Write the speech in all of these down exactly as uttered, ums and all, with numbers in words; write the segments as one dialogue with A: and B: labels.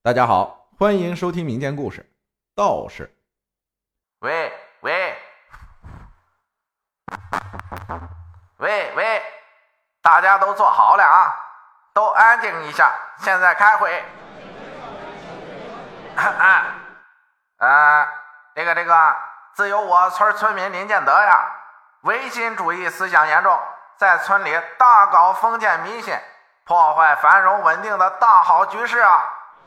A: 大家好，欢迎收听民间故事道士。
B: 喂喂喂喂，大家都坐好了啊，都安静一下，现在开会。啊呃这个这个自由我村村民林建德呀，唯心主义思想严重，在村里大搞封建迷信，破坏繁荣稳定的大好局势啊。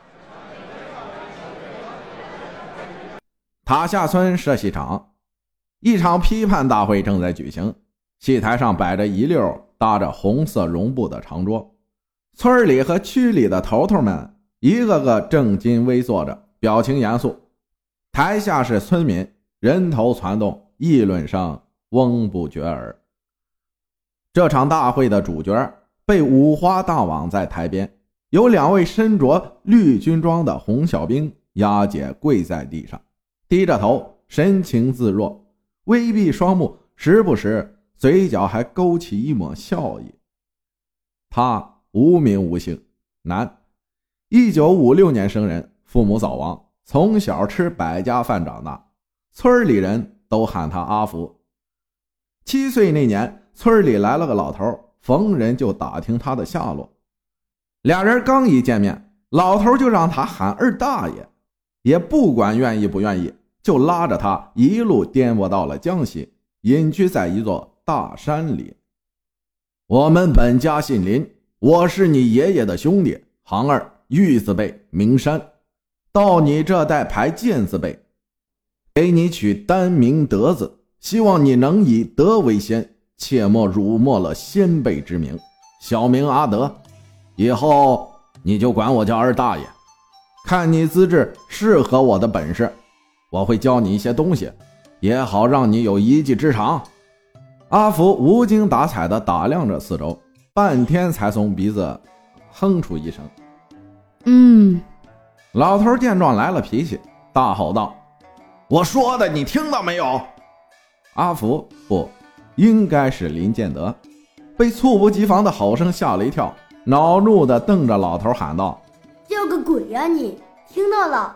A: 塔下村社戏场，一场批判大会正在举行，戏台上摆着一溜搭着红色绒布的长桌，村里和区里的头头们一个个正襟危坐着，表情严肃。台下是村民，人头攒动，议论声嗡不绝耳。这场大会的主角被五花大绑在台边，有两位身着绿军装的红小兵押解跪在地上，低着头，神情自若，微闭双目，时不时嘴角还勾起一抹笑意。他无名无姓，男，一九五六年生人，父母早亡，从小吃百家饭长大，村里人都喊他阿福。七岁那年，村里来了个老头，逢人就打听他的下落。俩人刚一见面，老头就让他喊二大爷，也不管愿意不愿意，就拉着他一路颠簸到了江西，隐居在一座大山里。我们本家姓林，我是你爷爷的兄弟，行儿玉字辈名山，到你这代排剑字辈，给你取单名德字，希望你能以德为先，切莫辱没了先辈之名。小名阿德，以后你就管我叫二大爷，看你资质适合我的本事，我会教你一些东西，也好让你有一技之长。阿福无精打采地打量着四周，半天才从鼻子哼出一声
C: 嗯。
A: 老头见状来了脾气，大吼道：我说的你听到没有？阿福不，应该是林建德，被猝不及防的吼声吓了一跳，恼怒地瞪着老头喊道：
C: 叫个鬼啊你，听到了？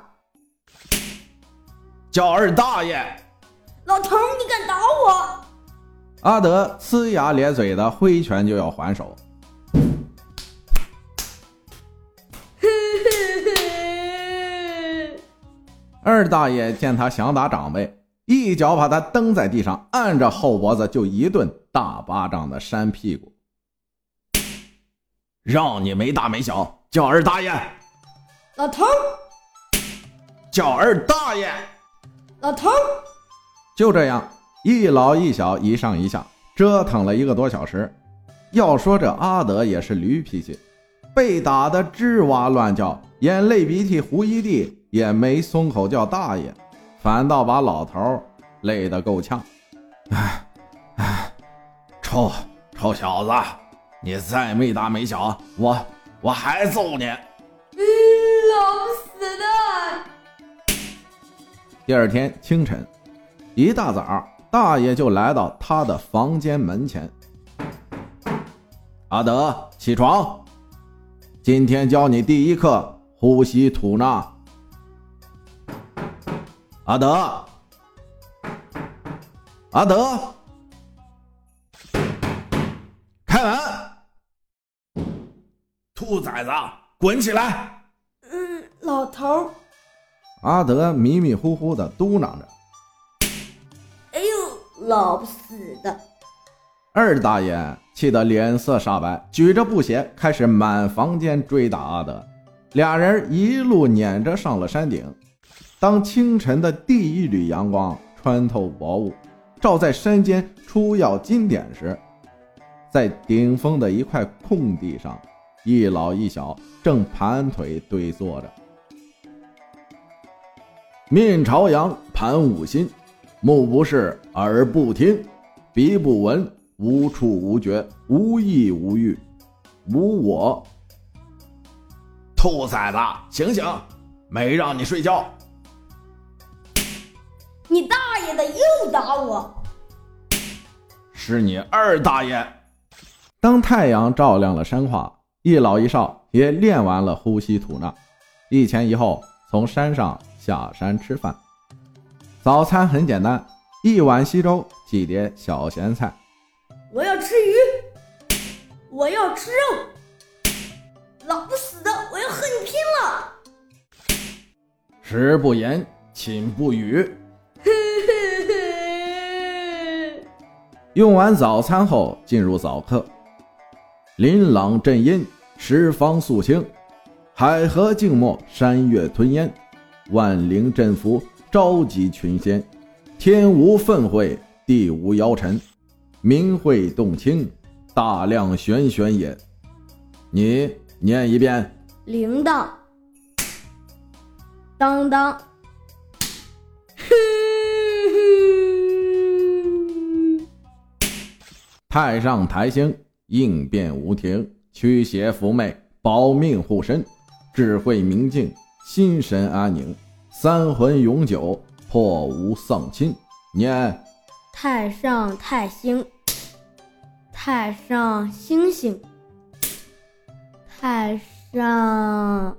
A: 叫二大爷！
C: 老头你敢打我？
A: 阿德呲牙咧嘴的挥拳就要还手。二大爷见他想打长辈，一脚把他蹬在地上，按着后脖子就一顿大巴掌的扇屁股。让你没大没小，叫二大爷！
C: 老头
A: 叫二大爷！
C: 老头
A: 就这样，一老一小一上一下折腾了一个多小时。要说这阿德也是驴脾气，被打得吱哇乱叫，眼泪鼻涕糊一地，也没松口叫大爷，反倒把老头累得够呛。哎哎，臭臭小子，你再没大没小，我我还揍你！
C: 嗯，老死的。
A: 第二天清晨，一大早，大爷就来到他的房间门前。阿德，起床！今天教你第一课，呼吸吐纳。阿德，阿德，开门！兔崽子，滚起来！
C: 嗯，老头。
A: 阿德迷迷糊糊地嘟囔着。
C: 哎呦，老不死的！
A: 二大爷气得脸色煞白，举着布鞋开始满房间追打阿德。俩人一路撵着上了山顶。当清晨的第一缕阳光穿透薄雾，照在山间出要金点时，在顶峰的一块空地上，一老一小正盘腿对坐着。面朝阳，盘五心，目不视，耳不听，鼻不闻，无触无觉，无意无欲，无我。兔崽子，醒醒，没让你睡觉！
C: 你大爷的，又打我！
A: 是你二大爷！当太阳照亮了山化，一老一少也练完了呼吸吐纳。 一前一后从山上下山吃饭。早餐很简单，一碗稀粥，几碟小咸菜。
C: 我要吃鱼，我要吃肉，老不死的，我要和你拼了！
A: 食不言，寝不语。用完早餐后进入早课。琳琅阵阴，十方肃清，海河静默，山岳吞烟，万灵振服，召集群仙，天无愤恚，地无妖尘，明慧动清，大量玄玄也。你念一遍。
C: 铃铛，当当，
A: 太上台星，应变无停，驱邪伏魅，保命护身，智慧明净，心神安宁，三魂永久，破无丧亲。念。
C: 太上太星，太上星星，太上。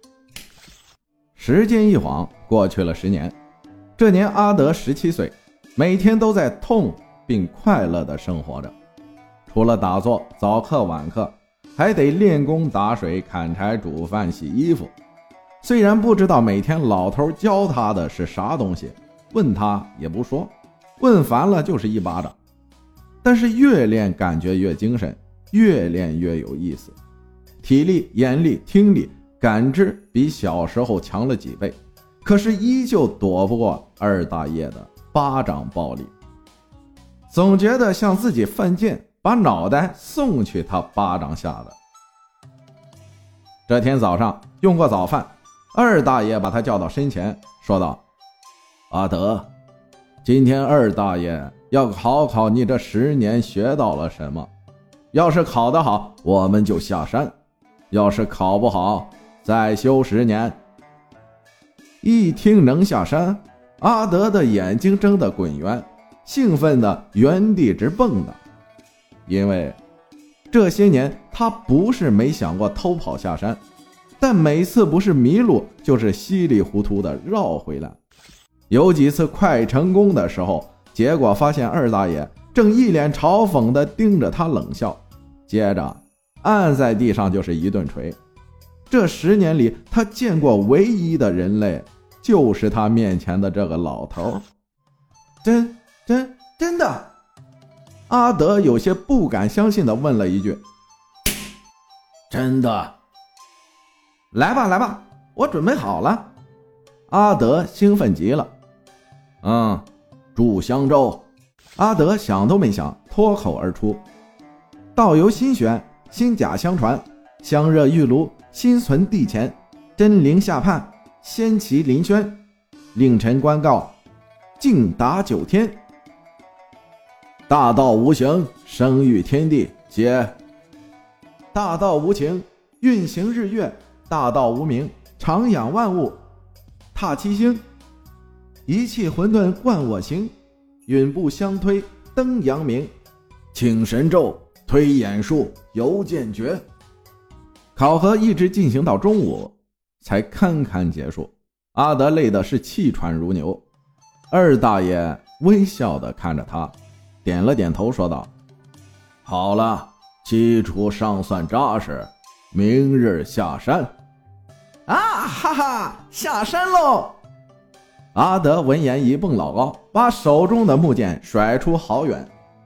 A: 时间一晃过去了十年。这年阿德十七岁，每天都在痛并快乐地生活着。除了打坐、早课、晚课，还得练功、打水、砍柴、煮饭、洗衣服。虽然不知道每天老头教他的是啥东西，问他也不说，问烦了就是一巴掌。但是越练感觉越精神，越练越有意思，体力、眼力、听力、感知比小时候强了几倍，可是依旧躲不过二大爷的巴掌暴力，总觉得像自己犯贱，把脑袋送去他巴掌下的。这天早上用过早饭，二大爷把他叫到身前，说道：阿德，今天二大爷要考考你这十年学到了什么，要是考得好，我们就下山，要是考不好，再修十年。一听能下山，阿德的眼睛睁得滚圆，兴奋的原地直蹦跶。因为这些年他不是没想过偷跑下山，但每次不是迷路就是稀里糊涂的绕回来。有几次快成功的时候，结果发现二大爷正一脸嘲讽地盯着他冷笑，接着按在地上就是一顿锤。这十年里他见过唯一的人类，就是他面前的这个老头。真真真的？阿德有些不敢相信地问了一句。真的。来吧来吧，我准备好了。阿德兴奋极了。嗯，煮香粥。阿德想都没想，脱口而出。道由心玄，心甲相传，香热玉炉，心存地前，真灵下判，仙旗临轩，令臣官告，敬达九天。大道无形，生育天地，皆大道无情，运行日月，大道无名，常养万物，踏七星，一气混沌贯我行，允不相推登阳明，请神咒，推演术，犹见绝。考核一直进行到中午才堪堪结束，阿德累的是气喘如牛。二大爷微笑地看着他，点了点头说道：好了，基础尚算扎实，明日下山。啊哈哈，下山喽！阿德闻言一蹦老高，把手中的木剑甩出好远。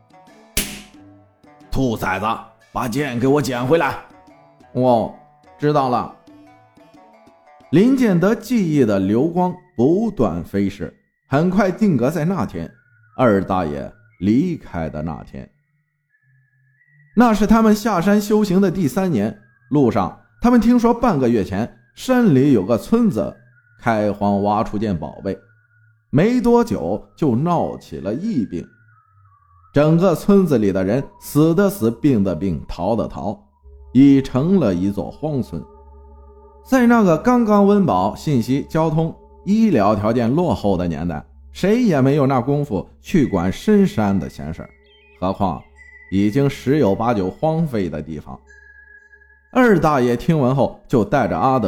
A: 兔崽子，把剑给我捡回来！哦，知道了。林建德记忆的流光不断飞逝，很快定格在那天，二大爷离开的那天。那是他们下山修行的第三年，路上他们听说半个月前山里有个村子开荒挖出件宝贝，没多久就闹起了疫病，整个村子里的人死的死，病的病，逃的逃，已成了一座荒村。在那个刚刚温饱、信息、交通、医疗条件落后的年代，谁也没有那功夫去管深山的闲事，何况已经十有八九荒废的地方。二大爷听闻后就带着阿德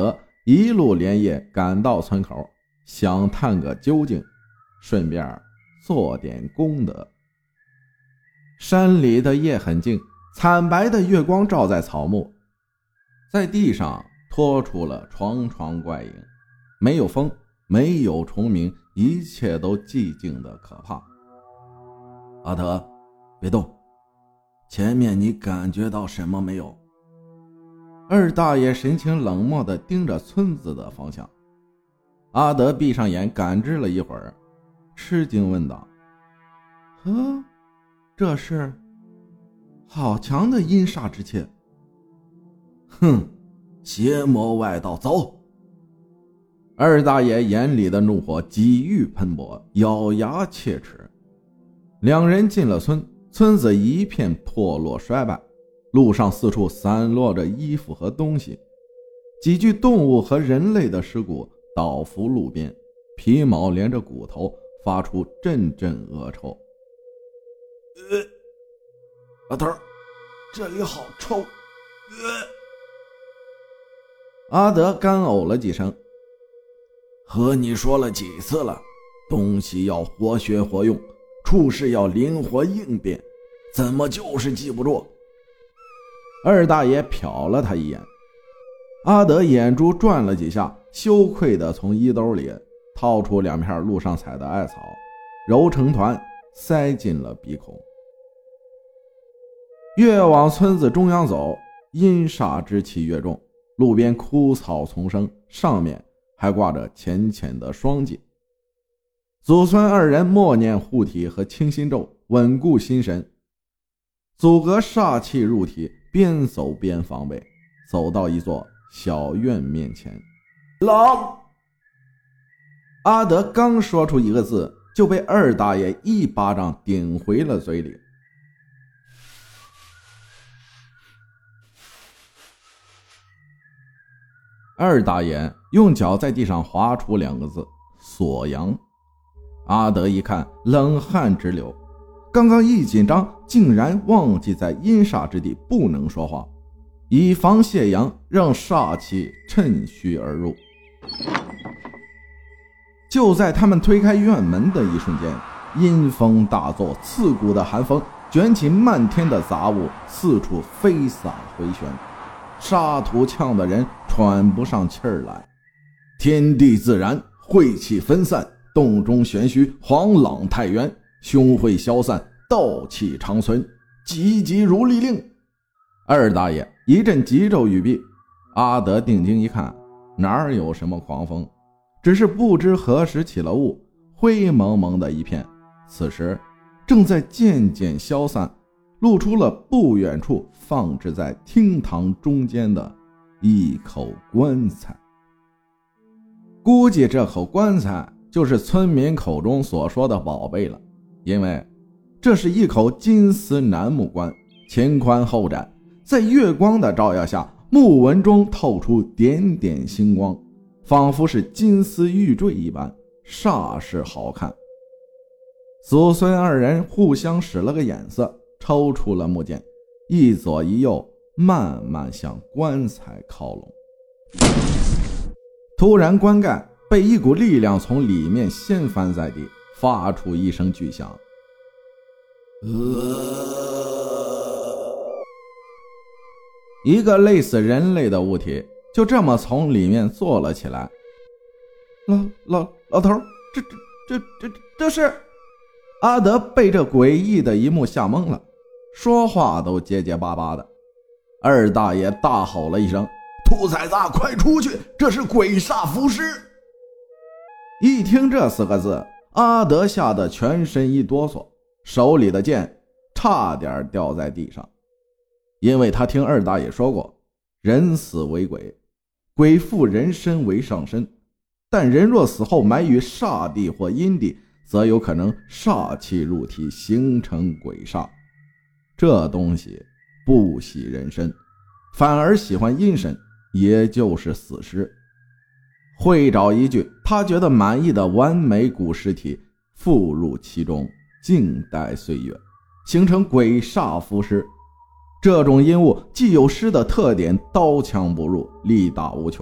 A: 一路连夜赶到村口，想探个究竟，顺便做点功德。山里的夜很静，惨白的月光照在草木，在地上拖出了幢幢怪影，没有风，没有虫鸣，一切都寂静的可怕。阿德，别动，前面你感觉到什么没有？二大爷神情冷漠地盯着村子的方向。阿德闭上眼感知了一会儿，吃惊问道：呵，这是好强的阴煞之气。哼，邪魔外道，走！二大爷眼里的怒火几欲喷薄，咬牙切齿。两人进了村，村子一片破落衰败，路上四处散落着衣服和东西，几具动物和人类的尸骨倒伏路边，皮毛连着骨头，发出阵阵恶臭。呃，老头，这里好臭。呃，阿德干呕了几声。和你说了几次了，东西要活学活用，处事要灵活应变，怎么就是记不住？二大爷瞟了他一眼。阿德眼珠转了几下，羞愧地从衣兜里掏出两片路上采的艾草，揉成团塞进了鼻孔。越往村子中央走，阴煞之气越重，路边枯草丛生，上面还挂着浅浅的霜迹。祖孙二人默念护体和清心咒，稳固心神，阻隔煞气入体，边走边防备，走到一座小院面前。狼！阿德刚说出一个字，就被二大爷一巴掌顶回了嘴里。二大爷用脚在地上划出两个字：锁阳。阿德一看，冷汗直流，刚刚一紧张，竟然忘记在阴煞之地不能说话，以防泄阳，让煞气趁虚而入。就在他们推开院门的一瞬间，阴风大作，刺骨的寒风卷起漫天的杂物，四处飞洒回旋，沙土呛的人喘不上气儿来。天地自然，晦气分散，洞中玄虚，黄朗太元，凶秽消散，道气长存，急急如律令。二大爷一阵急骤语毕，阿德定睛一看，哪有什么狂风，只是不知何时起了雾，灰蒙蒙的一片，此时正在渐渐消散，露出了不远处放置在厅堂中间的一口棺材。估计这口棺材就是村民口中所说的宝贝了，因为这是一口金丝楠木棺，前宽后窄，在月光的照耀下，木纹中透出点点星光，仿佛是金丝玉坠一般，煞是好看。祖孙二人互相使了个眼色，抽出了木剑，一左一右慢慢向棺材靠拢。突然棺盖被一股力量从里面掀翻在地，发出一声巨响。一个类似人类的物体就这么从里面坐了起来。老老老头，这这这这这是……阿德被这诡异的一幕吓懵了，说话都结结巴巴的。二大爷大吼了一声：“兔崽子，快出去！这是鬼煞伏尸！”一听这四个字，阿德吓得全身一哆嗦，手里的剑差点掉在地上。因为他听二大爷说过，人死为鬼，鬼附人身为上身，但人若死后埋于煞地或阴地，则有可能煞气入体，形成鬼煞。这东西不喜人身，反而喜欢阴身，也就是死尸。会找一具他觉得满意的完美古尸体附入其中，静待岁月，形成鬼煞伏尸。这种阴物既有尸的特点，刀枪不入，力大无穷，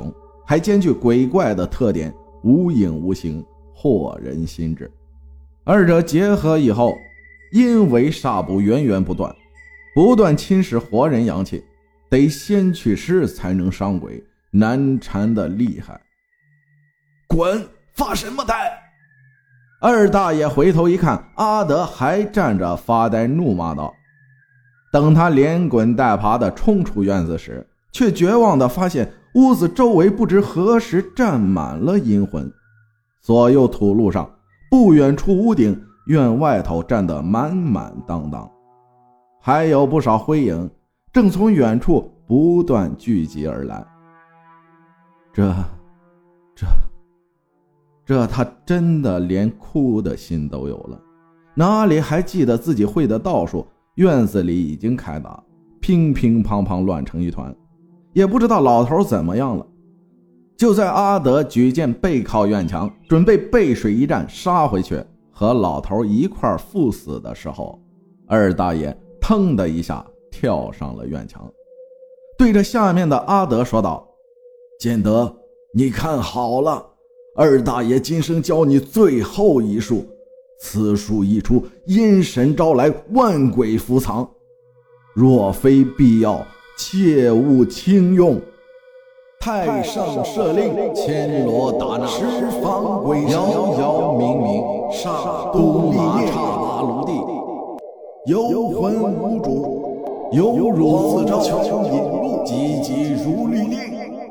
A: 还兼具鬼怪的特点，无影无形，惑人心智。二者结合以后，因为煞卜源源不断，不断侵蚀活人阳气，得先去尸才能伤鬼，难缠的厉害。滚！发什么呆？二大爷回头一看，阿德还站着发呆，怒骂道。等他连滚带爬地冲出院子时，却绝望地发现屋子周围不知何时站满了阴魂。左右土路上，不远处屋顶院外头站得满满当当，还有不少灰影正从远处不断聚集而来。这这这他真的连哭的心都有了，哪里还记得自己会的道术？院子里已经开打，乒乒乓乓乱成一团，也不知道老头怎么样了。就在阿德举剑背靠院墙，准备背水一战杀回去和老头一块赴死的时候，二大爷腾的一下跳上了院墙，对着下面的阿德说道：建德，你看好了，二大爷今生教你最后一术，此术一出，阴神招来，万鬼伏藏，若非必要，切勿轻用。太上赦令，千罗大纳，十方鬼神，遥遥冥冥，煞都马刹巴卢地，游魂无主，犹如自招引路，急急如律令。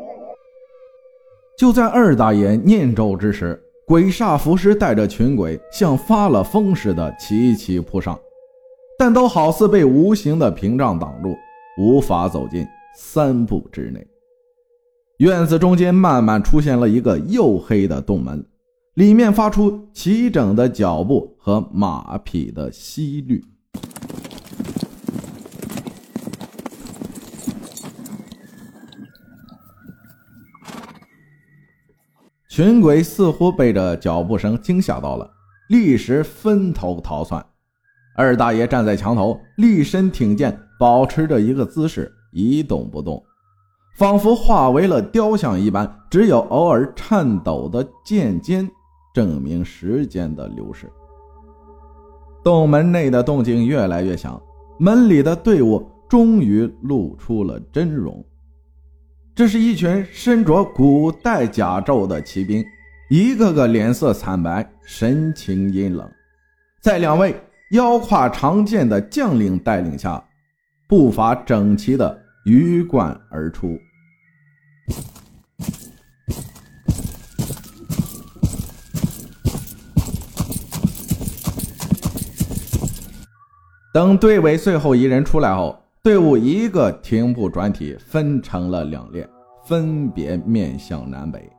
A: 就在二大爷念咒之时，鬼煞符师带着群鬼像发了疯似的齐齐扑上，但都好似被无形的屏障挡住，无法走进三步之内。院子中间慢慢出现了一个黝黑的洞门，里面发出齐整的脚步和马匹的息律。群鬼似乎被这脚步声惊吓到了，立时分头逃窜。二大爷站在墙头，立身挺剑，保持着一个姿势，一动不动，仿佛化为了雕像一般，只有偶尔颤抖的剑尖证明时间的流逝。洞门内的动静越来越响，门里的队伍终于露出了真容。这是一群身着古代甲胄的骑兵，一个个脸色惨白，神情阴冷。在两位腰挎长剑的将领带领下，步伐整齐地鱼贯而出。等队尾最后一人出来后，队伍一个停步转体，分成了两列，分别面向南北。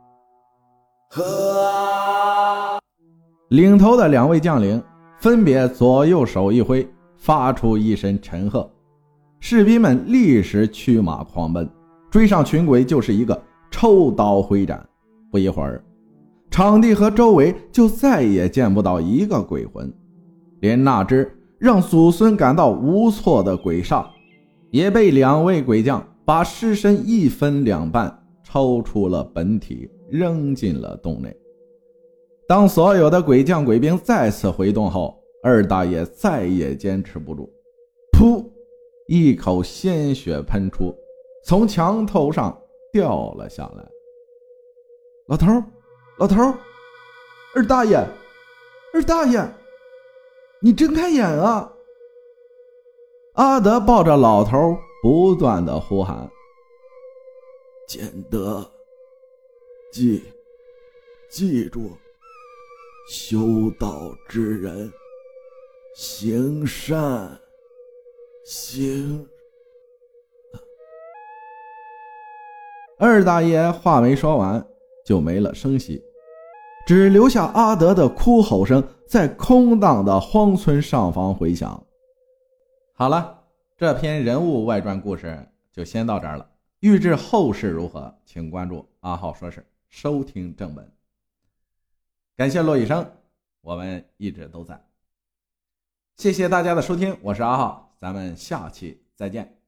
A: 领头的两位将领分别左右手一挥，发出一声沉喝，士兵们立时驱马狂奔，追上群鬼就是一个抽刀挥斩。不一会儿，场地和周围就再也见不到一个鬼魂，连那只让祖孙感到无措的鬼煞也被两位鬼将把尸身一分两半，抽出了本体，扔进了洞内。当所有的鬼将鬼兵再次回洞后，二大爷再也坚持不住，噗，一口鲜血喷出，从墙头上掉了下来。老头，老头，二大爷，二大爷，你睁开眼啊！阿德抱着老头不断的呼喊：建德，记记住，修道之人行善行。二大爷话没说完就没了声息，只留下阿德的哭吼声在空荡的荒村上方回响。好了，这篇人物外传故事就先到这儿了。欲知后事如何，请关注阿浩说事，收听正文。感谢骆医生，我们一直都在。谢谢大家的收听，我是阿浩，咱们下期再见。